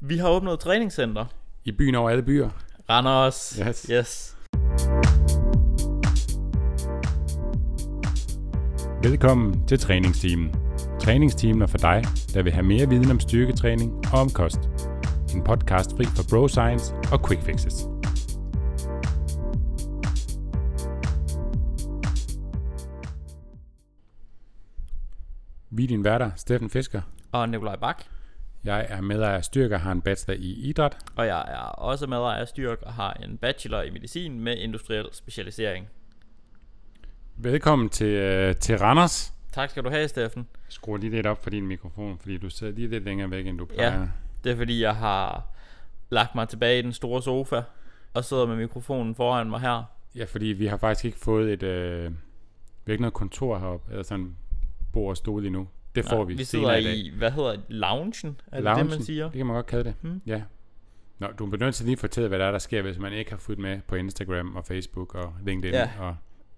Vi har åbnet et træningscenter i byen over alle byer. Randers. Yes. Velkommen til træningsteamen. Træningsteamen er for dig, der vil have mere viden om styrketræning og om kost. En podcast fri for bro science og quick fixes. Vi er din værter, Steffen Fisker. Og Nikolaj Bak. Jeg er medejer af Styrk og har en bachelor i idræt. Og jeg er også medejer af Styrk og har en bachelor i medicin med industriel specialisering. Velkommen til Randers. Tak skal du have, Steffen. Skru lige lidt op for din mikrofon, fordi du sidder lige lidt længere væk, end du plejer. Ja, det er fordi jeg har lagt mig tilbage i den store sofa og sidder med mikrofonen foran mig her. Ja, fordi vi har faktisk ikke fået vi har ikke noget kontor heroppe, eller sådan bord og stol endnu. Det får vi sidder i, hvad hedder det, loungen? Er det loungen, det, man siger? Det kan man godt kalde det, ja. Nå, du er nødt til lige at fortælle, hvad der sker, hvis man ikke har fulgt med på Instagram og Facebook og LinkedIn. Ja. Og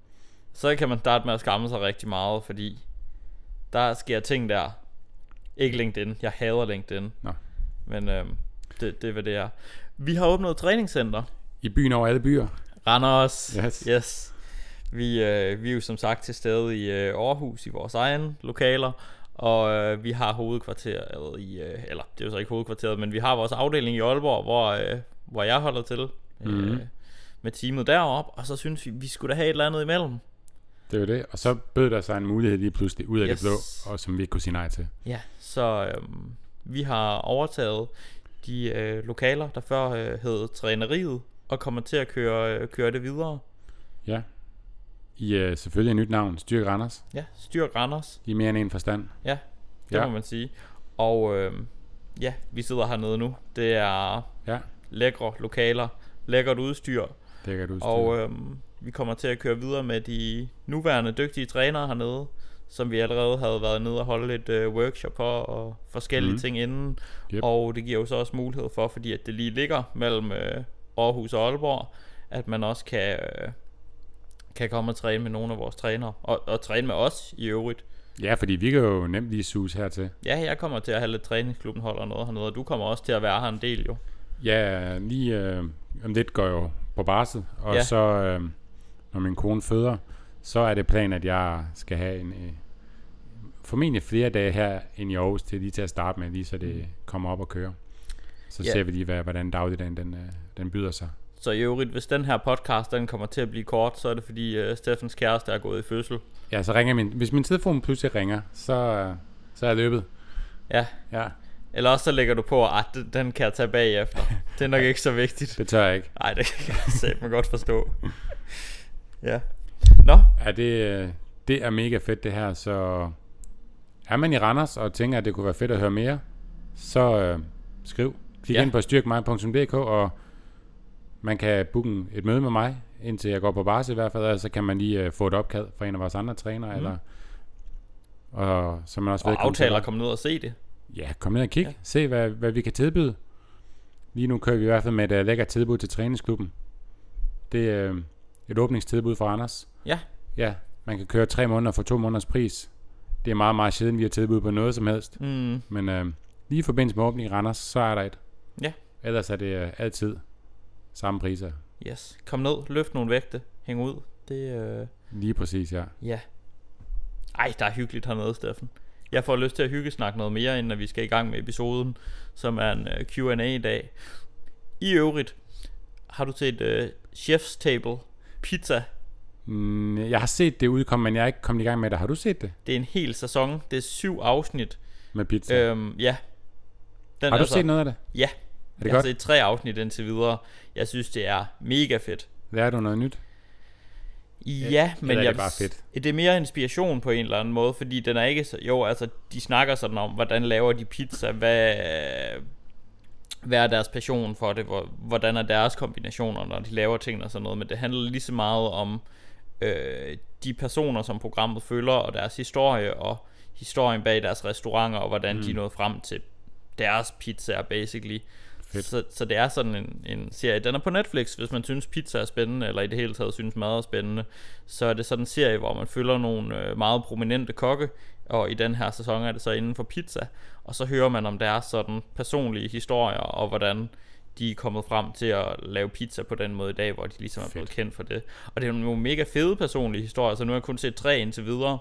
så kan man starte med at skamme sig rigtig meget, fordi der sker ting der. Ikke LinkedIn, jeg hader LinkedIn. Nå. Men det er hvad det er. Vi har åbnet et træningscenter i byen over alle byer. Randers. Yes. Vi er jo som sagt til stede i Aarhus i vores egen lokaler. Og vi har hovedkvarteret i eller det er jo så ikke hovedkvarteret, men vi har vores afdeling i Aalborg, hvor jeg holder til med teamet deroppe. Og så synes vi skulle da have et eller andet imellem. Det er jo det. Og så bød der sig en mulighed lige pludselig ud af det blå, og som vi ikke kunne sige nej til. Ja, så vi har overtaget de lokaler, der før hed Træneriet, og kommer til at køre det videre. Ja. I selvfølgelig et nyt navn, Styrk Randers. Ja, Styrk Randers. I mere end en forstand. Ja, det må man sige. Og vi sidder hernede nu. Det er lækre lokaler, lækkert udstyr. Og vi kommer til at køre videre med de nuværende dygtige trænere hernede, som vi allerede havde været nede og holde et workshop for og forskellige ting inden. Yep. Og det giver jo så også mulighed for, fordi at det lige ligger mellem Aarhus og Aalborg, at man også kan komme og træne med nogle af vores trænere og træne med os i øvrigt. Ja, fordi vi kan jo nemt lige sus hertil. Ja, jeg kommer til at have lidt træningsklubben holder noget hernede, og du kommer også til at være her en del jo. Ja, lige om lidt går jo på barsel, og så når min kone føder, så er det planen, at jeg skal have formentlig flere dage her end i Aarhus til lige til at starte med, lige så det kommer op og kører. Så ser vi lige, hvordan dagligdagen den byder sig. Så i øvrigt, hvis den her podcast den kommer til at blive kort, så er det fordi Steffens kæreste er gået i fødsel. Ja, så ringer hvis min telefon pludselig ringer, så er jeg løbet. Ja. Eller også så lægger du på, at den kan jeg tage bagefter. Det er nok ikke så vigtigt. Det tør jeg ikke. Nej, det kan jeg selv godt forstå. Ja. Nå. Ja, det er mega fedt det her, så er man i Randers og tænker, at det kunne være fedt at høre mere, så skriv. Klik ind på styrkmig.dk, og man kan booke et møde med mig, indtil jeg går på barsel i hvert fald, og så kan man lige få et opkald fra en af vores andre trænere, eller og så man også og aftaler at komme ned og se det. Ja, kom ned og kig. Se hvad vi kan tilbyde. Lige nu kører vi i hvert fald med et lækkert tilbud til træningsklubben. Det er et åbningstilbud for Randers. Ja, man kan køre 3 måneder for 2 måneders pris. Det er meget, meget sjældent, vi har tilbud på noget som helst. Men lige i forbindelse med åbning i Randers, så er der et. Ja. Ellers er det altid samme priser. Yes. Kom ned, løft nogle vægte, hæng ud. Det lige præcis, ja. Ja. Ej, der er hyggeligt hernede, Steffen. Jeg får lyst til at hyggesnakke noget mere, inden vi skal i gang med episoden, som er en Q&A i dag. I øvrigt, har du set Chef's Table Pizza? Jeg har set det udkomme, men jeg er ikke kommet i gang med det. Har du set det? Det er en hel sæson. Det er 7 afsnit. Med pizza? Ja. Har du set noget af det? Ja. Jeg har set 3 afsnit indtil videre. Jeg synes, det er mega fedt. Lærer du noget nyt? Ja, men det er bare fedt. Det er mere inspiration på en eller anden måde, fordi den er ikke så, altså de snakker sådan om, hvordan laver de pizza, hvad er deres passion for det, hvordan er deres kombinationer, når de laver ting og sådan noget, men det handler lige så meget om de personer, som programmet følger, og deres historie, og historien bag deres restauranter, og hvordan de nåede frem til deres pizzaer, basically. Så det er sådan en serie. Den er på Netflix, hvis man synes pizza er spændende, eller i det hele taget synes mad er spændende. Så er det sådan en serie, hvor man følger nogle meget prominente kokke og i den her sæson er det så inden for pizza, og så hører man om deres sådan personlige historier, og hvordan de er kommet frem til at lave pizza på den måde i dag, hvor de ligesom er blevet kendt for det. Og det er nogle mega fede personlige historier, så nu har jeg kun set 3 indtil videre.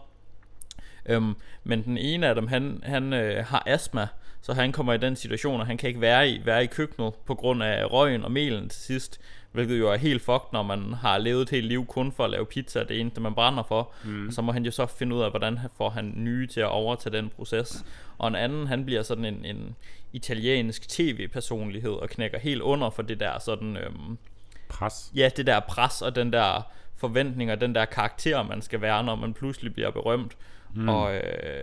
Men den ene af dem, han har astma, så han kommer i den situation, og han kan ikke være i køkkenet på grund af røgen og melen til sidst, hvilket jo er helt fucked, når man har levet et helt liv kun for at lave pizza, det eneste man brænder for. Og så må han jo så finde ud af, hvordan får han nye til at overtage den proces. Og en anden, han bliver sådan en italiensk tv-personlighed og knækker helt under for det der sådan pres. Ja, det der pres og den der forventning og den der karakter man skal være, når man pludselig bliver berømt. Og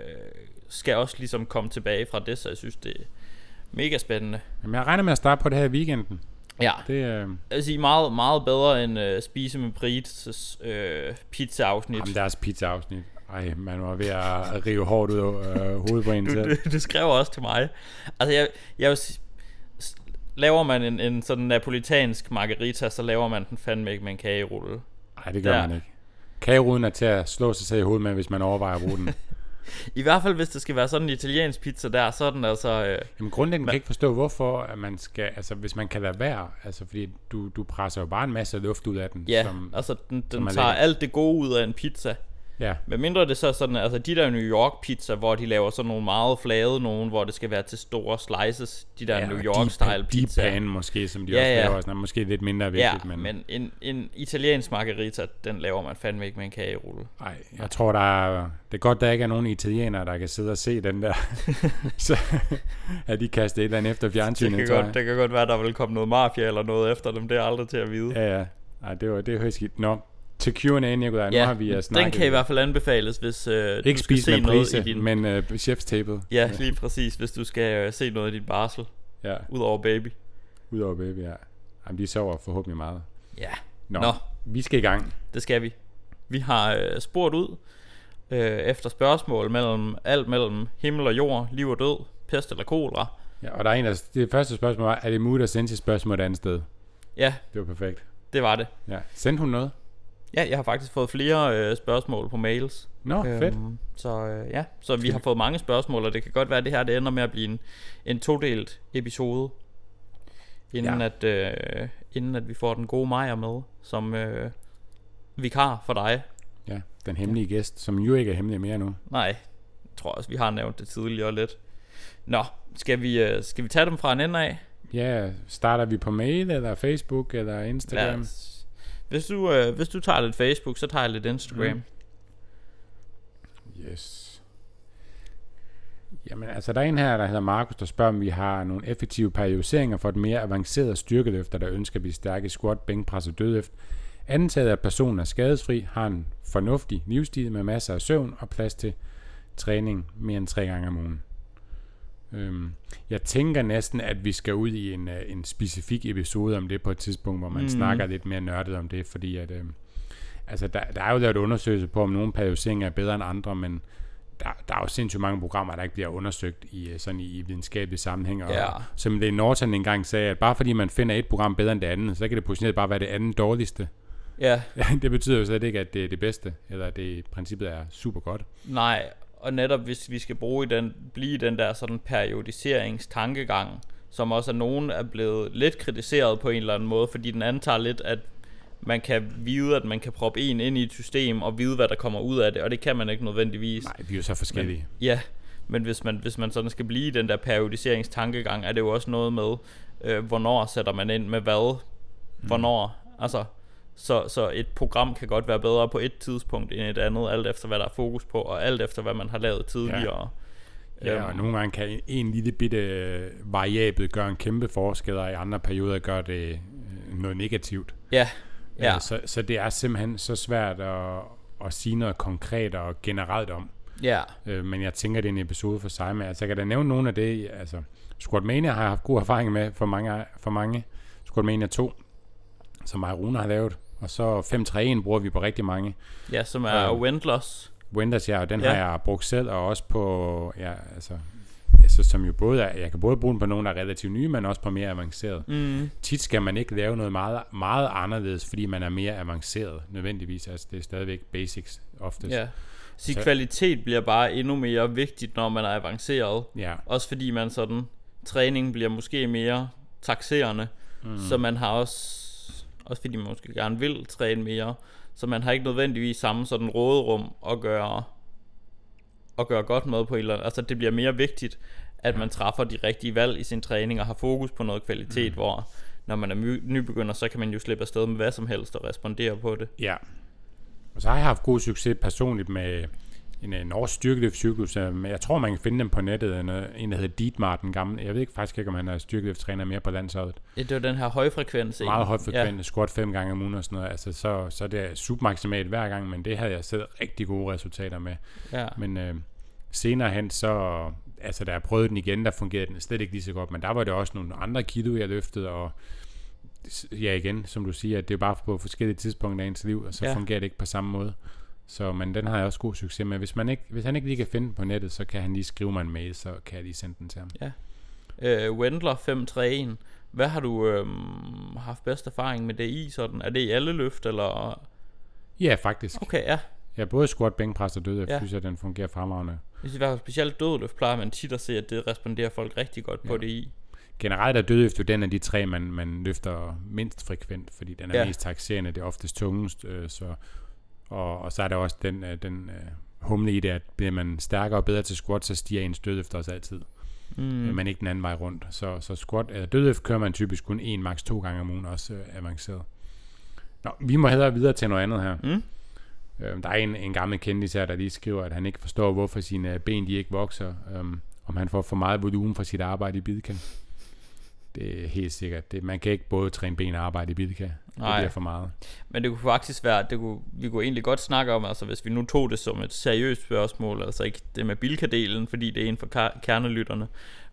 skal også ligesom komme tilbage fra det, så jeg synes det er mega spændende. Jamen, jeg regner med at starte på det her i weekenden. Ja, jeg vil sige meget, meget bedre end Spise med Brites pizza-afsnit. Jamen, deres pizza-afsnit. Ej, man var ved at rive hårdt ud af hovedet på en selv. Du skrev også til mig. Altså, jeg vil sige, laver man en sådan napolitansk margarita, så laver man den fandme ikke med en kagerulle. Nej, det gør man ikke. Kageruden er til at slå sig selv i hovedet med, hvis man overvejer at bruge den. I hvert fald hvis det skal være sådan en italiensk pizza der, så er den altså Jamen grundlæggende kan ikke forstå hvorfor at man skal, altså hvis man kan lade være, altså fordi du presser jo bare en masse luft ud af den. Ja, altså den tager alt det gode ud af en pizza. Ja. Men mindre det så er sådan, altså de der New York pizza, hvor de laver sådan nogle meget flade nogen, hvor det skal være til store slices, de der New York style pizza. Deep pan måske, som de også laver, sådan, måske lidt mindre vigtigt. Ja, men en italiensk margarita, den laver man fandme ikke med en kagerulle. Nej, jeg tror det er godt, der ikke er nogen italienere, der kan sidde og se den der, så at de kaster et eller andet efter fjernsynet. Det kan godt være, der vil komme noget mafia eller noget efter dem, det er aldrig til at vide. Ja. Nej, det er højt skidt. Nå. Til Q&A, Nikolaj, nu har vi snakket. Den kan i hvert fald anbefales, hvis du skal se noget i din... men chef's table. Ja, lige præcis, hvis du skal se noget i din barsel. Ja. Udover baby. Udover baby, ja. Jamen, de sover forhåbentlig meget. Ja. Nå, vi skal i gang. Det skal vi. Vi har spurgt ud efter spørgsmål mellem himmel og jord, liv og død, pest eller kolera. Ja, og der er en af det første spørgsmål var, er det muligt at sende sit spørgsmål et andet sted? Ja. Det var perfekt. Det var det. Ja. Sendte hun noget? Ja, jeg har faktisk fået flere spørgsmål på mails. Nå, fedt. Så vi har fået mange spørgsmål, og det kan godt være, at det her det ender med at blive en todelt episode, inden at vi får den gode Maja med som vikar for dig. Ja, den hemmelige gæst, som jo ikke er hemmelig mere nu. Nej, jeg tror også, vi har nævnt det tidligere lidt. Nå, skal vi tage dem fra en ende af? Ja, starter vi på mail, eller Facebook, eller Instagram? Hvis du tager lidt Facebook, så tager jeg lidt Instagram. Yes. Jamen altså, der er en her, der hedder Markus, der spørger, om vi har nogle effektive periodiseringer for et mere avanceret styrkeløfter, der ønsker at blive stærke i squat, bænkpres og dødløft. Antaget af personen er skadesfri, har en fornuftig livsstil med masser af søvn og plads til træning mere end 3 gange om ugen. Jeg tænker næsten, at vi skal ud i en specifik episode om det på et tidspunkt, hvor man snakker lidt mere nørdet om det, fordi at altså der er jo lavet undersøgelser på, om nogle periodiseringer er bedre end andre, men der er jo sindssygt mange programmer, der ikke bliver undersøgt i videnskabelige sammenhæng. Og som det Norton engang sagde, at bare fordi man finder et program bedre end det andet, så kan det potentielt bare være det andet dårligste. Ja. Det betyder jo slet ikke, at det er det bedste, eller at det i princippet er super godt. Nej, og netop hvis vi skal blive den der sådan periodiseringstankegang, som også nogen er blevet lidt kritiseret på en eller anden måde, fordi den antager lidt, at man kan vide, at man kan proppe en ind i et system og vide, hvad der kommer ud af det, og det kan man ikke nødvendigvis. Nej, vi er jo så forskellige. Men hvis man sådan skal blive den der periodiseringstankegang, er det jo også noget med, hvornår sætter man ind med hvad, hvornår, altså. Så et program kan godt være bedre på et tidspunkt end et andet, alt efter hvad der er fokus på, og alt efter hvad man har lavet tidligere. Ja, og nogle gange kan en lille bitte variabel gøre en kæmpe forskel, og i andre perioder gør det noget negativt. Ja. Så det er simpelthen så svært at sige noget konkret og generelt om. Ja. Men jeg tænker, det er en episode for sig med. Altså jeg kan da nævne nogle af det. Altså Squatmania har jeg haft god erfaring med for mange. Squatmania 2, som mig og Rune har lavet. Og så 5-3-1 bruger vi på rigtig mange. Ja, som er Wendlers. Wendlers, ja, og den har jeg brugt selv, og også på, altså som jo både er, jeg kan både bruge den på nogle, der er relativt nye, men også på mere avanceret. Tit skal man ikke lave noget meget, meget anderledes, fordi man er mere avanceret, nødvendigvis. Altså det er stadigvæk basics oftest. Ja. Så kvalitet bliver bare endnu mere vigtigt, når man er avanceret. Ja. Også fordi man sådan, træningen bliver måske mere taxerende, så man har også fordi man måske gerne vil træne mere, så man har ikke nødvendigvis samme sådan råderum at gøre godt med på et eller andet. Altså det bliver mere vigtigt, at man træffer de rigtige valg i sin træning og har fokus på noget kvalitet, hvor når man er nybegynder, så kan man jo slippe afsted med hvad som helst og respondere på det. Ja. Og så har jeg haft god succes personligt med en norsk styrkeløftcyklus. Jeg tror, man kan finde dem på nettet. En, der hedder Dietmar, den gamle. Jeg ved ikke faktisk ikke, om han er styrkeløfttræner mere på landsholdet. Ja, det var den her højfrekvens. Meget højfrekvent, squat 5 gange om ugen og sådan noget. Altså, så det er submaksimalt hver gang, men det havde jeg set rigtig gode resultater med. Ja. Men senere hen, så... Altså, da jeg prøvede den igen, der fungerede den slet ikke lige så godt. Men der var det også nogle andre kilo, jeg løftede, og ja, igen, som du siger, at det er bare på forskellige tidspunkter i ens liv, og så fungerer det ikke på samme måde. Så, men den har jeg også god succes med. Hvis han ikke lige kan finde den på nettet, så kan han lige skrive mig en mail, så kan jeg lige sende den til ham. Ja. Wendler 531. Hvad har du haft bedst erfaring med det i sådan? Er det i alle løft, eller? Ja, faktisk. Okay, ja. Ja, både squat, bænkpres og dødløft, synes jeg, den fungerer fremragende. Hvis i hvert fald specielt dødløft plejer man tit at se, at det responderer folk rigtig godt på det i. Generelt er dødløft jo den af de tre, man løfter mindst frekvent, fordi den er mest taxerende, det er oftest tungest, og så er der også den humle i det, at bliver man stærkere og bedre til squat, så stiger ens dødløft også altid. Men ikke den anden vej rundt. Så squat, dødløft kører man typisk kun 1, maks 2 gange om ugen, også avanceret. Nå, vi må hellere videre til noget andet her. Der er en gammel kendis her, der lige skriver, at han ikke forstår, hvorfor sine ben de ikke vokser, om han får for meget volumen fra sit arbejde i Bilka. Det er helt sikkert. Man kan ikke både træne ben og arbejde i Bilka. Det bliver for meget. Men det kunne faktisk være, vi kunne egentlig godt snakke om, altså hvis vi nu tog det som et seriøst spørgsmål, altså ikke det med Bilka-delen, fordi det er en for kernelytterne,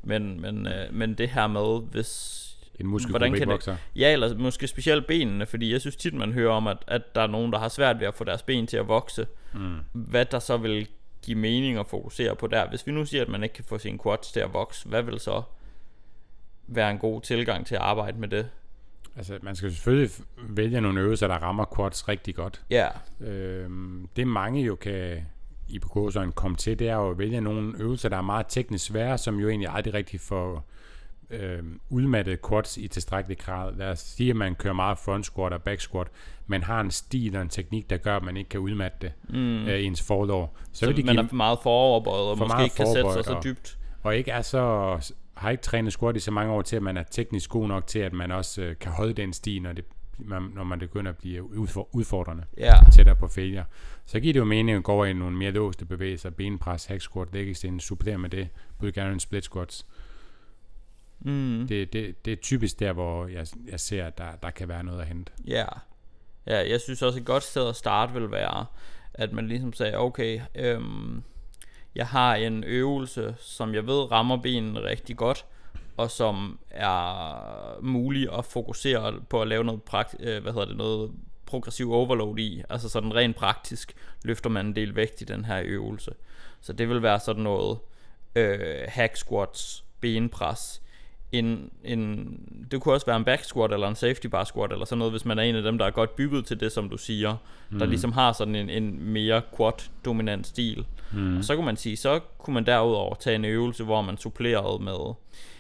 men det her med, hvis en muskelgruppe ikke vokser. Ja, eller måske specielt benene, fordi jeg synes tit, man hører om, at der er nogen, der har svært ved at få deres ben til at vokse. Hvad der så vil give mening at fokusere på der. Hvis vi nu siger, at man ikke kan få sine quads til at vokse, hvad vil så være en god tilgang til at arbejde med det? Altså, man skal selvfølgelig vælge nogle øvelser, der rammer quads rigtig godt. Ja. Det mange jo kan i kursen komme til, det er jo at vælge nogle øvelser, der er meget teknisk svære, som jo egentlig aldrig rigtig får udmattet quads i tilstrækkelig grad. Lad os sige, at man kører meget front squat og back squat, men har en stil og en teknik, der gør, at man ikke kan udmatte det i ens forlår. Så vil man er for meget foroverbøjet, og måske ikke kan sætte sig så dybt. Og ikke er så, har ikke trænet squat i så mange år til, at man er teknisk god nok til, at man også kan holde den stil, når man begynder at blive udfordrende tættere på failure. Så giver det jo mening at gå over i nogle mere låste bevægelser, benpres, hack squat, leg extension, supplere med det, Bulgarian split squats. Det er typisk der, hvor jeg ser, at der kan være noget at hente. Ja, jeg synes også et godt sted at starte vil være, at man ligesom sagde, okay, jeg har en øvelse, som jeg ved rammer benene rigtig godt, og som er mulig at fokusere på at lave noget noget progressiv overload i. Altså sådan rent praktisk løfter man en del vægt i den her øvelse. Så det vil være sådan noget hack squats, benpres. Det kunne også være en back squat eller en safety bar squat eller sådan noget, hvis man er en af dem, der er godt bygget til det, som du siger, der ligesom har sådan en mere quad dominant stil. Og så kunne man sige, så kunne man derudover tage en øvelse, hvor man supplerede med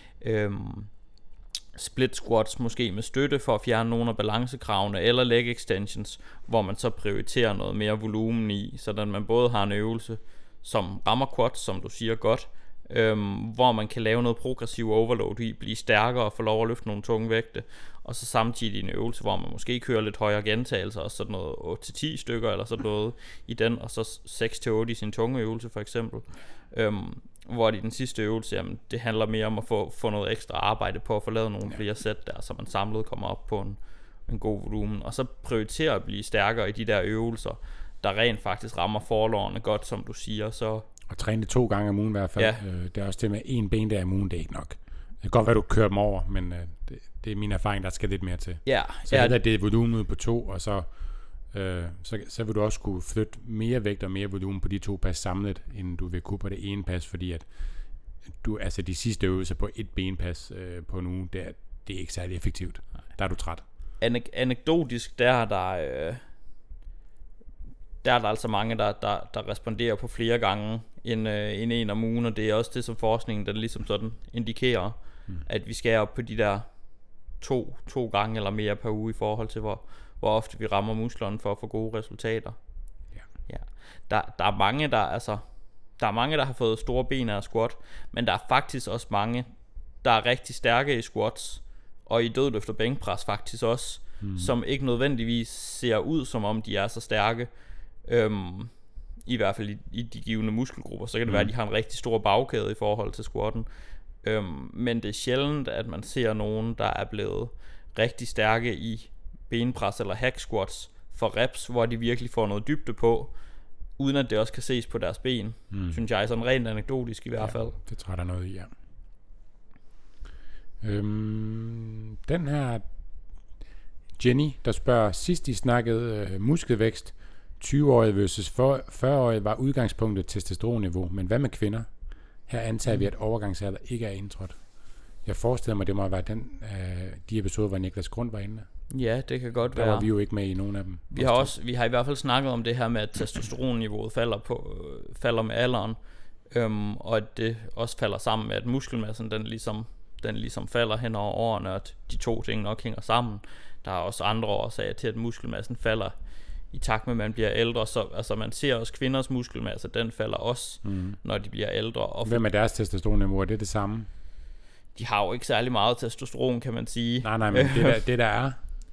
split squats, måske med støtte for at fjerne nogle af balancekravene, eller leg extensions, hvor man så prioriterer noget mere volumen i, så man både har en øvelse, som rammer quads, som du siger godt, hvor man kan lave noget progressiv overload i, blive stærkere og få lov at løfte nogle tunge vægte, og så samtidig en øvelse, hvor man måske kører lidt højere gentagelser, og sådan noget 8-10 stykker eller sådan noget i den, og så 6-8 i sin tunge øvelse for eksempel, hvor i den sidste øvelse, jamen, det handler mere om at få noget ekstra arbejde på at få lavet nogle flere sæt der, så man samlet kommer op på en god volumen, og så prioritere at blive stærkere i de der øvelser, der rent faktisk rammer forlårene godt, som du siger, så. Og træne det 2 gange om ugen i hvert fald. Det er også det med 1 ben der om ugen, det er ikke nok. Det kan godt være, du kører dem over, men det er min erfaring, der skal lidt mere til. Så det er volumen ud på 2, og så vil du også kunne flytte mere vægt og mere volumen på de 2 pas samlet, end du vil kunne på det ene pas, fordi at altså de sidste øvelser på 1 benpas på en uge, det er ikke særlig effektivt. Der er du træt. Anekdotisk, der der er der altså mange, der responderer på flere gange end en om ugen, og det er også det, som forskningen den ligesom sådan indikerer, at vi skal op på de der to gange eller mere per uge i forhold til, hvor ofte vi rammer musklerne for at få gode resultater. Ja. Der er mange, der har fået store ben af squat, men der er faktisk også mange, der er rigtig stærke i squats, og i dødløft og bænkpres faktisk også, som ikke nødvendigvis ser ud, som om de er så stærke, i hvert fald i de givne muskelgrupper. Så kan det være, at de har en rigtig stor bagkæde i forhold til squatten, men det er sjældent, at man ser nogen, der er blevet rigtig stærke i benpres eller hack squats for reps, hvor de virkelig får noget dybde på, uden at det også kan ses på deres ben, synes jeg, sådan rent anekdotisk i hvert fald. Det tror jeg, der er noget i, ja. Den her Jenny, der spørger, sidst I snakkede muskelvækst, 20-årige versus 40-årige, var udgangspunktet testosteronniveau, men hvad med kvinder? Her antager vi, at overgangsalder ikke er indtrådt. Jeg forestiller mig, det må være de episoder, hvor Niklas Grund var inde. Ja, det kan godt være. Der var vi jo ikke med i nogen af dem. Vi har i hvert fald snakket om det her med, at testosteronniveauet falder med alderen, og at det også falder sammen med, at muskelmassen den ligesom falder hen over årene, og at de to ting nok hænger sammen. Der er også andre årsager til, at muskelmassen falder i takt med, at man bliver ældre. Så altså, man ser også kvinders muskelmasse, den falder også, når de bliver ældre. Og hvem er deres testosteronniveau? Er det samme? De har jo ikke særlig meget testosteron, kan man sige. Nej, men det der er.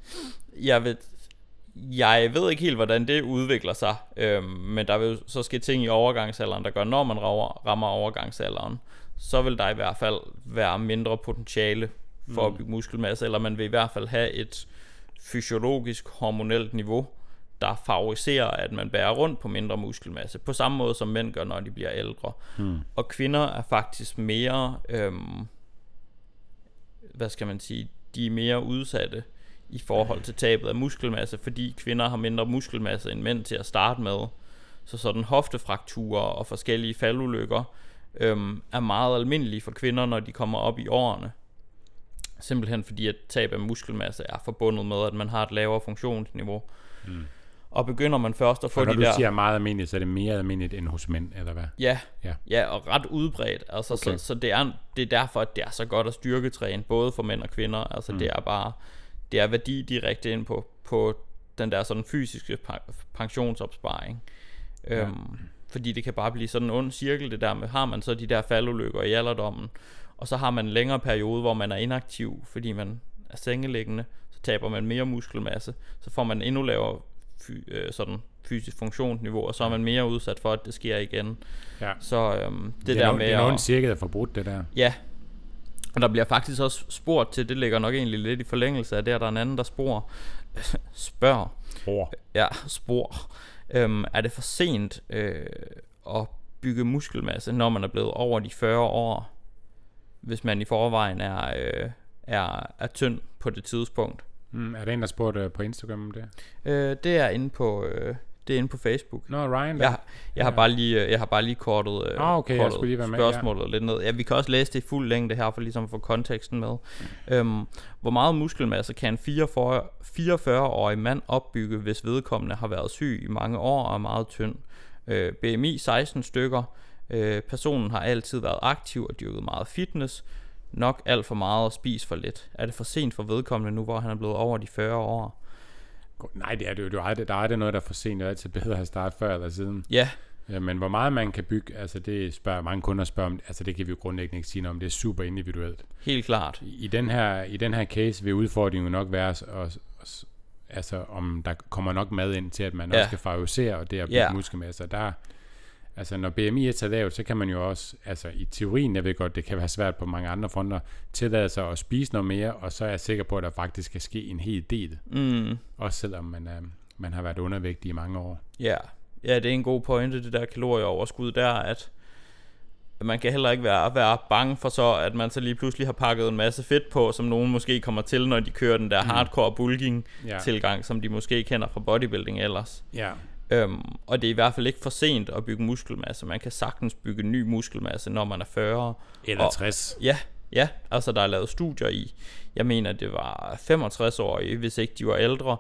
Jeg ved ikke helt, hvordan det udvikler sig, men der vil jo så ske ting i overgangsalderen, der gør, når man rammer overgangsalderen, så vil der i hvert fald være mindre potentiale for at bygge muskelmasse, eller man vil i hvert fald have et fysiologisk hormonelt niveau, der favoriserer, at man bærer rundt på mindre muskelmasse, på samme måde som mænd gør, når de bliver ældre. Og kvinder er faktisk mere, de er mere udsatte i forhold til tabet af muskelmasse, fordi kvinder har mindre muskelmasse end mænd til at starte med. Så sådan hoftefrakturer og forskellige faldulykker er meget almindelige for kvinder, når de kommer op i årene. Simpelthen fordi at tab af muskelmasse er forbundet med, at man har et lavere funktionsniveau. Og begynder man først at få de der... Når du siger meget almindeligt, så er det mere almindeligt end hos mænd, eller hvad? Ja, og ret udbredt. Altså, okay. Så det er derfor, at det er så godt at styrketræne, både for mænd og kvinder. Altså det er værdi direkte ind på den der sådan fysiske pensionsopsparing. Fordi det kan bare blive sådan en ond cirkel, det der med, har man så de der faldulykker i alderdommen, og så har man en længere periode, hvor man er inaktiv, fordi man er sengeliggende, så taber man mere muskelmasse, så får man endnu lavere sådan fysisk funktionsniveau, og så er man mere udsat for, at det sker igen. Så det der med... Det er nogen cirka, der får brudt det der. Ja, og der bliver faktisk også spurgt til, det ligger nok egentlig lidt i forlængelse af det, der er en anden, der spørger. Er det for sent at bygge muskelmasse, når man er blevet over de 40 år, hvis man i forvejen er tynd på det tidspunkt? Er det en, der spurgte på Instagram om det? Det er inde på... Det er inde på Facebook. Ryan. Jeg har bare lige kortet, kortet spørgsmålet lidt ned. Ja, vi kan også læse det i fuld længde her, for ligesom at få konteksten med. Hvor meget muskelmasse kan en 44-årig mand opbygge, hvis vedkommende har været syg i mange år og er meget tynd? BMI 16 stykker. Personen har altid været aktiv og dyrket meget fitness. Nok alt for meget og spist for lidt. Er det for sent for vedkommende nu, hvor han er blevet over de 40 år? Nej, det er det jo. Der er det noget, der er for sent. Det er altid bedre at starte før eller siden. Ja. Men hvor meget man kan bygge, altså det spørger mange kunder om, altså det kan vi jo grundlæggende ikke sige noget om. Det er super individuelt. Helt klart. I den her case vil udfordringen jo nok være, altså om der kommer nok mad ind til, at man også skal favorisere og det at bygge muskelmasse. Altså når BMI er så lavt, så kan man jo også, altså i teorien, jeg ved godt, det kan være svært på mange andre fronter, tillade sig at spise noget mere, og så er jeg sikker på, at der faktisk kan ske en hel del. Også selvom man har været undervægtig i mange år. Ja, det er en god pointe, det der kalorieoverskud der, at man kan heller ikke være bange for så, at man så lige pludselig har pakket en masse fedt på, som nogen måske kommer til, når de kører den der hardcore bulking tilgang, som de måske kender fra bodybuilding ellers. Og det er i hvert fald ikke for sent at bygge muskelmasse. Man kan sagtens bygge ny muskelmasse, når man er 40 eller 60. Ja, altså der er lavet studier i, jeg mener det var 65-årige, hvis ikke de var ældre,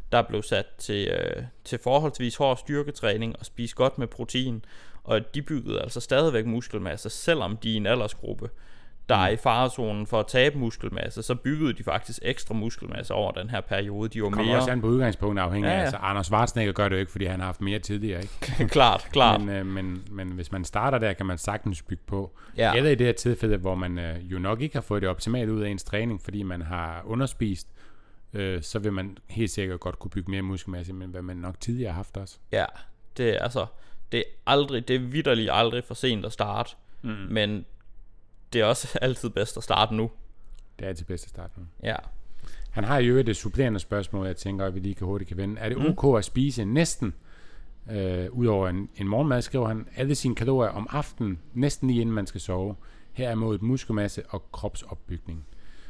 der blev sat til forholdsvis hård styrketræning og spise godt med protein, og de byggede altså stadigvæk muskelmasse, selvom de er en aldersgruppe, der er i farezonen for at tabe muskelmasse, så byggede de faktisk ekstra muskelmasse over den her periode. De var mere... Kommer også an på udgangspunkt afhængig af. Altså, Arnold Schwarzenegger gør det jo ikke, fordi han har haft mere tidligere, ikke? klart. Men hvis man starter der, kan man sagtens bygge på. Ja. Eller i det her tilfælde, hvor man jo nok ikke har fået det optimalt ud af ens træning, fordi man har underspist, så vil man helt sikkert godt kunne bygge mere muskelmasse, men hvad man nok tidligere har haft også. Ja, det er vitterligt aldrig for sent at starte, men det er også altid bedst at starte nu. Det er altid bedst at starte nu. Ja. Han har jo et supplerende spørgsmål, jeg tænker, at vi lige hurtigt kan vende. Er det ok at spise næsten, udover en morgenmad, skriver han, alle sine kalorier om aftenen, næsten lige inden man skal sove, her imod muskelmasse og kropsopbygning?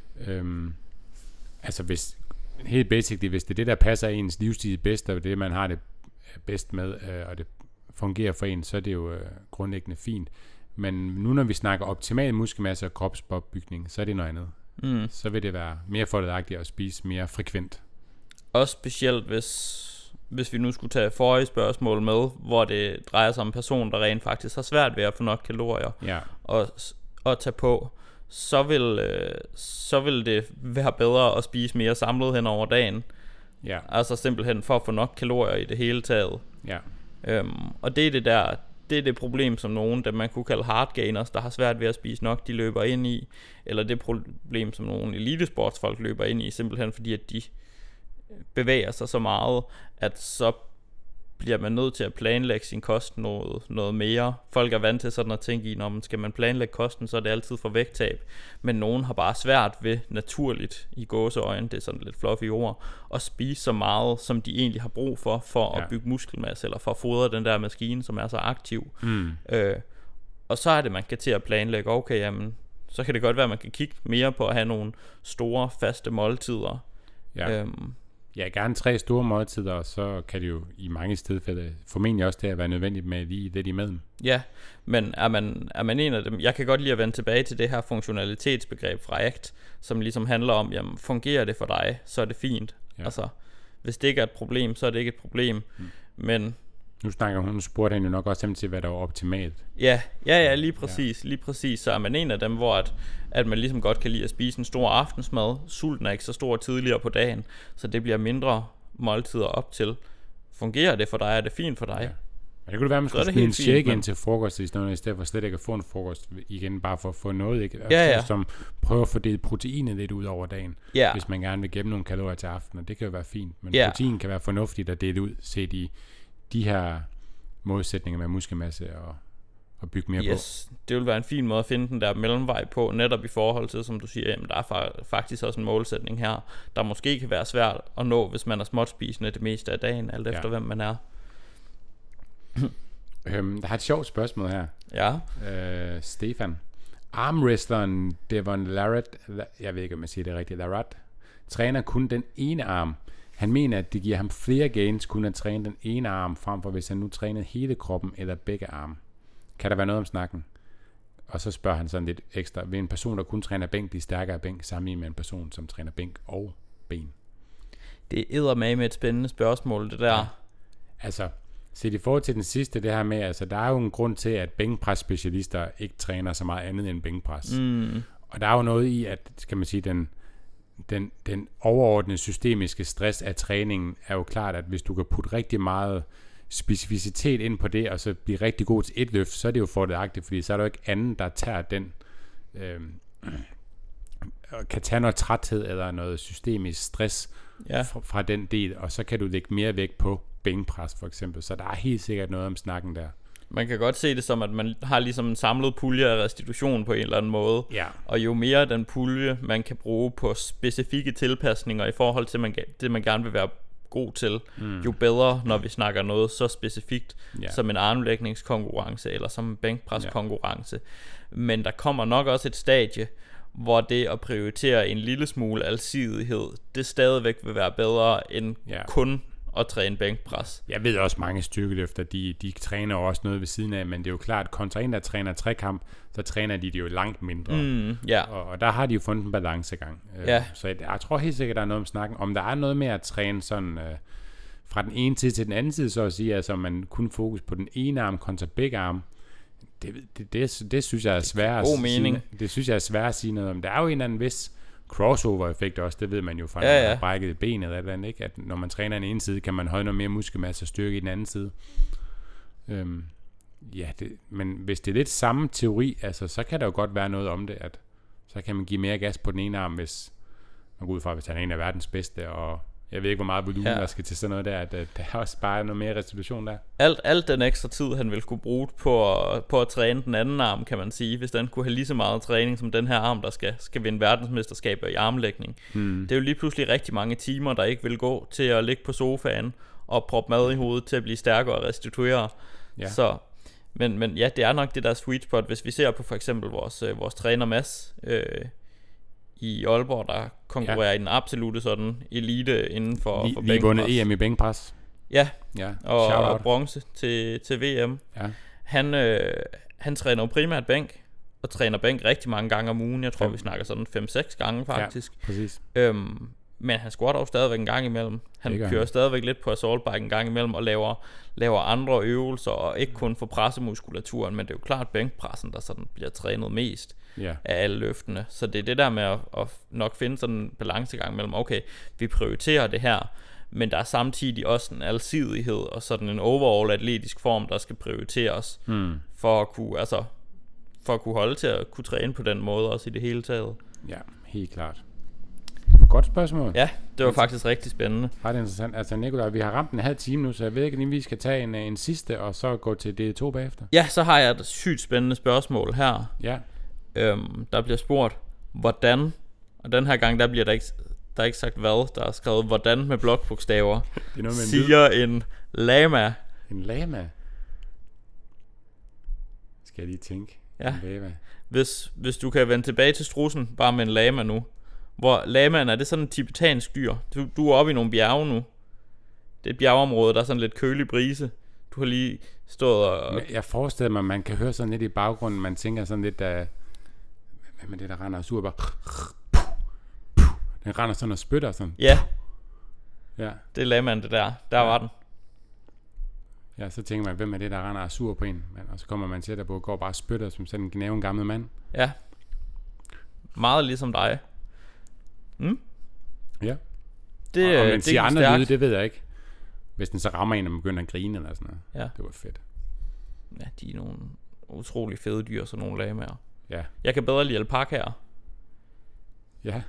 Altså helt basically, hvis det er det, der passer ens livsstil bedst, og det man har det bedst med, og det fungerer for en, så er det jo grundlæggende fint. Men nu når vi snakker optimal muskelmasse og kropsopbygning, så er det noget andet. Så vil det være mere fordelagtigt at spise mere frekvent. Også specielt hvis vi nu skulle tage forrige spørgsmål med, hvor det drejer sig om en person, der rent faktisk har svært ved at få nok kalorier og tage på, så vil det være bedre at spise mere samlet hen over dagen. Ja. Altså simpelthen for at få nok kalorier i det hele taget. Ja. Og det er det problem, som nogen, der man kunne kalde hardgainers, der har svært ved at spise nok, de løber ind i. Eller det problem, som nogle elitesportsfolk løber ind i, simpelthen fordi, at de bevæger sig så meget, at så bliver man nødt til at planlægge sin kost noget mere. Folk er vant til sådan at tænke i, når skal man planlægge kosten, så er det altid for vægttab. Men nogen har bare svært ved naturligt i gåseøjne, det er sådan lidt fluffy ord, at spise så meget, som de egentlig har brug for at bygge muskelmasse, eller for at fodre den der maskine, som er så aktiv. Og så er det, man kan til at planlægge, okay, jamen, så kan det godt være, at man kan kigge mere på at have nogle store, faste måltider. Ja. Ja, gerne 3 store måltider, og så kan det jo i mange tilfælde formentlig også det at være nødvendigt med lige lidt imellem. Ja, men er man en af dem? Jeg kan godt lide at vende tilbage til det her funktionalitetsbegreb fra ACT, som ligesom handler om, jamen fungerer det for dig, så er det fint. Ja. Altså, hvis det ikke er et problem, så er det ikke et problem. Men nu spurgte han jo nok også til, hvad der var optimalt. Ja, lige præcis. Lige præcis. Så er man en af dem, hvor at man ligesom godt kan lide at spise en stor aftensmad. Sulten er ikke så stor tidligere på dagen, så det bliver mindre måltider op til. Fungerer det for dig? Er det fint for dig? Ja. Men det kunne være, at man skulle smide en shake ind til frokost, i stedet for slet ikke at få en frokost igen, bare for at få noget, ikke? Altså, som prøver at fordele proteinet lidt ud over dagen, hvis man gerne vil gemme nogle kalorier til aftenen, og det kan jo være fint. Men protein kan være fornuftigt at dele ud, set i de her modsætninger med muskelmasse og bygge mere på. Det vil være en fin måde at finde den der mellemvej på, netop i forhold til, som du siger, jamen, der er faktisk også en målsætning her, der måske kan være svært at nå, hvis man er småtspisende det meste af dagen, alt efter hvem man er. Der har et sjovt spørgsmål her. Ja. Stefan. Armwrestleren Devon Larratt, jeg ved ikke, om man siger det rigtigt, Larratt, træner kun den ene arm. Han mener, at det giver ham flere gains kun at træne den ene arm, frem for hvis han nu trænede hele kroppen eller begge arme. Kan der være noget om snakken? Og så spørger han sådan lidt ekstra. Vil en person, der kun træner bænk, blive stærkere af bænk, sammenlignet med en person, som træner bænk og ben? Det eddermame med et spændende spørgsmål, det der. Ja. Altså, set i forhold til den sidste, det her med, altså, der er jo en grund til, at bænkpres-specialister ikke træner så meget andet end bænkpres. Og der er jo noget i, at, skal man sige, den overordnede systemiske stress af træningen er jo klart, at hvis du kan putte rigtig meget specificitet ind på det, og så blive rigtig god til et løft, så er det jo fordelagtigt, fordi så er der jo ikke anden, der tager den, kan tage noget træthed eller noget systemisk stress fra den del, og så kan du lægge mere vægt på bænkpres for eksempel, så der er helt sikkert noget om snakken der. Man kan godt se det som, at man har ligesom en samlet pulje af restitution på en eller anden måde. Ja. Og jo mere den pulje, man kan bruge på specifikke tilpasninger i forhold til det, man gerne vil være god til, jo bedre, når vi snakker noget så specifikt som en armlægningskonkurrence eller som en bænkpreskonkurrence. Men der kommer nok også et stadie, hvor det at prioritere en lille smule alsidighed, det stadigvæk vil være bedre end kun at træne bænkpres. Jeg ved også mange styrkeløfter, de træner også noget ved siden af, men det er jo klart, kontra en, der træner trekamp, så træner de det jo langt mindre. Og der har de jo fundet en balancegang. Så jeg tror helt sikkert, der er noget om snakken. Om der er noget med at træne sådan fra den ene side til den anden side, så at sige, altså man kun fokus på den ene arm kontra begge arme, det synes jeg er svært at sige. Det synes jeg er svært at sige noget om. Der er jo en eller anden vis crossover-effekt også, det ved man jo fra, når man har brækket benet eller andet, ikke? At når man træner den ene side, kan man holde noget mere muskelmasse og styrke i den anden side. Men hvis det er lidt samme teori, altså, så kan der jo godt være noget om det, at så kan man give mere gas på den ene arm, hvis man går ud fra, hvis han er en af verdens bedste, og jeg ved ikke, hvor meget volumen der skal til sådan noget der, at der er også bare noget mere restitution der. Alt den ekstra tid, han ville kunne bruge på at træne den anden arm, kan man sige, hvis den kunne have lige så meget træning som den her arm, der skal vinde verdensmesterskaber i armlægning. Det er jo lige pludselig rigtig mange timer, der ikke vil gå til at ligge på sofaen og proppe mad i hovedet til at blive stærkere og restituere. Så, men ja, det er nok det der sweet spot, hvis vi ser på for eksempel vores træner Mads i Aalborg, der konkurrerer i den absolute sådan elite inden for bænkpres. Lige vundet EM i bænkpres. Og bronze til VM. Han træner jo primært bænk, og træner bænk rigtig mange gange om ugen. Jeg tror, vi snakker sådan 5-6 gange faktisk. Ja, præcis. Men han squatter jo stadigvæk en gang imellem. Han kører stadigvæk lidt på assault bike en gang imellem og laver andre øvelser, og ikke kun for pressemuskulaturen, men det er jo klart bænkpressen, der sådan bliver trænet mest af alle løftene. Så det er det der med at nok finde sådan en balancegang mellem, okay, vi prioriterer det her, men der er samtidig også en alsidighed og sådan en overall atletisk form, der skal prioriteres for at kunne holde til at kunne træne på den måde også i det hele taget. Ja, helt klart. Godt spørgsmål. Ja, det var faktisk rigtig spændende. Ret interessant. Altså Nikolaj, vi har ramt en halv time nu, så jeg ved ikke, om vi skal tage en sidste, og så gå til D2 bagefter. Ja, så har jeg et sygt spændende spørgsmål her. Ja. Der bliver spurgt, hvordan, og den her gang, der bliver der er ikke sagt hvad, der er skrevet, hvordan med blokbogstaver, siger en lama. En lama? Skal jeg lige tænke. Ja. En lama. Hvis du kan vende tilbage til strudsen, bare med en lama nu. Hvor lamaen er det sådan en tibetansk dyr. Du er oppe i nogle bjerge nu. Det er et bjergeområde, der er sådan lidt kølig brise. Du har lige stået og... Jeg forestiller mig, man kan høre sådan lidt i baggrunden. Man tænker sådan lidt, hvad med det, der render sur bare... Den render sådan og spytter sådan. Ja. Det er lamaen, det der. Der var den. Ja, så tænker man, hvem er det, der render og sur på en? Og så kommer man til, at der går bare og spytter, som sådan en gnæven gammel mand. Ja. Meget ligesom dig. Ja. Og man siger andre lyde, det ved jeg ikke. Hvis den så rammer en, og man begynder at grine eller sådan noget. Ja. Det var fedt. Ja, de er nogle utrolig fede dyr, sådan nogle lamaer. Ja. Jeg kan bedre lide alpakaer. Ja.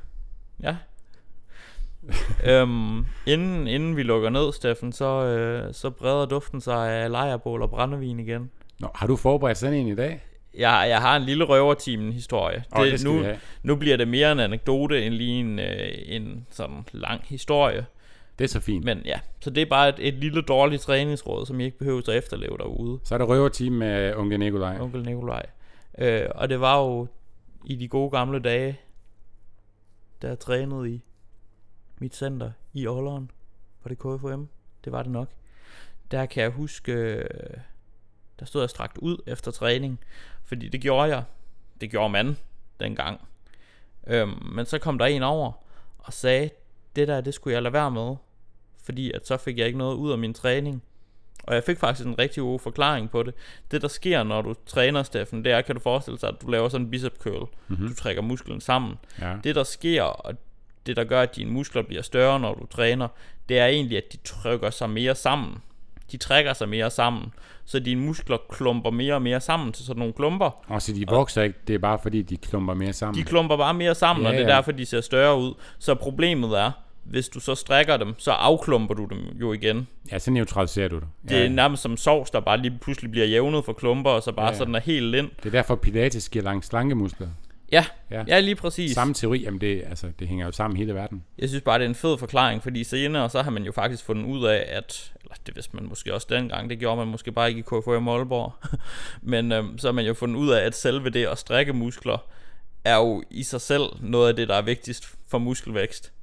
Inden vi lukker ned, Steffen, så breder duften sig af lejrbål og brændevin igen. Nå, har du forberedt sådan en i dag? Jeg har en lille røvertimen-historie. Nu bliver det mere en anekdote end lige en sådan lang historie. Det er så fint. Men ja, så det er bare et lille dårligt træningsråd, som I ikke behøver at efterleve derude. Så er der røvertime med onkel Nikolaj. Og det var jo i de gode gamle dage, da jeg trænede i mit center i Ålderen. Var det KFUM? Det var det nok. Der kan jeg huske, der stod jeg strakt ud efter træning, fordi det gjorde jeg. Det gjorde man dengang. Men så kom der en over og sagde, det skulle jeg lade være med, fordi at så fik jeg ikke noget ud af min træning. Og jeg fik faktisk en rigtig god forklaring på det. Det der sker, når du træner, Steffen, det er, kan du forestille sig, at du laver sådan en bicep curl. Du trækker musklen sammen. Ja. Det der sker, og det der gør, at dine muskler bliver større, når du træner, det er egentlig, at de trykker sig mere sammen. De trækker sig mere sammen, så dine muskler klumper mere og mere sammen til sådan nogle klumper. Og så de vokser ikke, det er bare fordi, de klumper mere sammen. De klumper bare mere sammen, og det er derfor, de ser større ud. Så problemet er, hvis du så strækker dem, så afklumper du dem jo igen. Ja, så neutraliserer du det. Det er nærmest som sovs, der bare lige pludselig bliver jævnet for klumper, og så bare sådan er helt lind. Det er derfor Pilates giver langt slankemuskler. Ja, lige præcis. Samme teori, jamen det hænger jo sammen hele verden. Jeg synes bare, det er en fed forklaring, fordi senere så har man jo faktisk fundet ud af, at, eller det vidste man måske også dengang, det gjorde man måske bare ikke i KFUM Aalborg, men så har man jo fundet ud af, at selve det at strække muskler, er jo i sig selv noget af det, der er vigtigst for muskelvækst.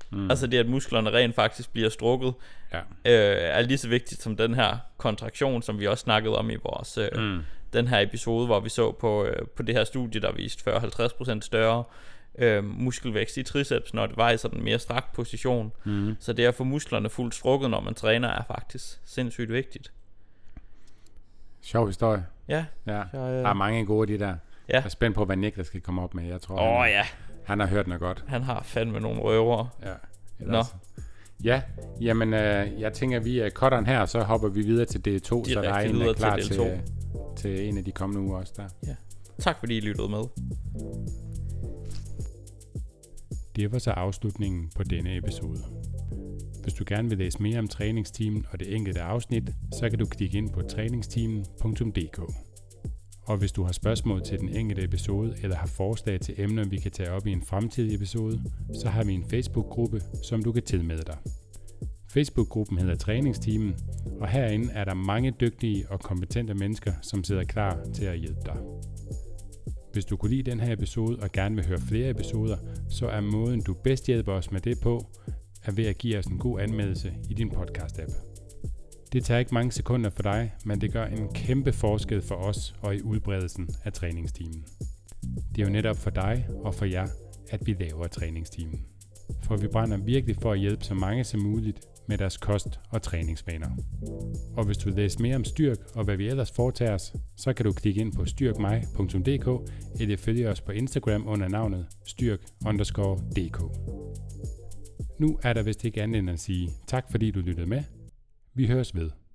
Altså det, at musklerne rent faktisk bliver strukket, er lige så vigtigt som den her kontraktion, som vi også snakkede om i vores den her episode, hvor vi så på det her studie, der viste 40-50% større muskelvækst i triceps, når det var i sådan en mere strakt position. Så det at få musklerne fuldt strukket, når man træner, er faktisk sindssygt vigtigt. Sjov historie. Ja. Der er mange gode de der. Jeg er spændt på, hvad Nick der skal komme op med. Jeg tror, han har hørt noget godt. Han har fandme nogle røvere. Ja, jamen jeg tænker, vi cutter den her, og så hopper vi videre til D2, så der er en, der er klar til en af de kommende uger også der. Ja. Tak fordi I lyttede med. Det var så afslutningen på denne episode. Hvis du gerne vil læse mere om træningsteamen og det enkelte afsnit, så kan du klikke ind på træningsteamen.dk. Og hvis du har spørgsmål til den enkelte episode, eller har forslag til emner, vi kan tage op i en fremtidig episode, så har vi en Facebook-gruppe, som du kan tilmelde dig. Facebook-gruppen hedder Træningsteamen, og herinde er der mange dygtige og kompetente mennesker, som sidder klar til at hjælpe dig. Hvis du kunne lide den her episode og gerne vil høre flere episoder, så er måden du bedst hjælper os med det på, er ved at give os en god anmeldelse i din podcast-app. Det tager ikke mange sekunder for dig, men det gør en kæmpe forskel for os og i udbredelsen af træningsteamen. Det er jo netop for dig og for jer, at vi laver træningsteamen. For vi brænder virkelig for at hjælpe så mange som muligt med deres kost- og træningsvaner. Og hvis du vil læse mere om Styrk og hvad vi ellers foretager os, så kan du klikke ind på styrkmig.dk eller følge os på Instagram under navnet styrk_dk. Nu er der vist ikke andet end at sige tak fordi du lyttede med. Vi høres ved.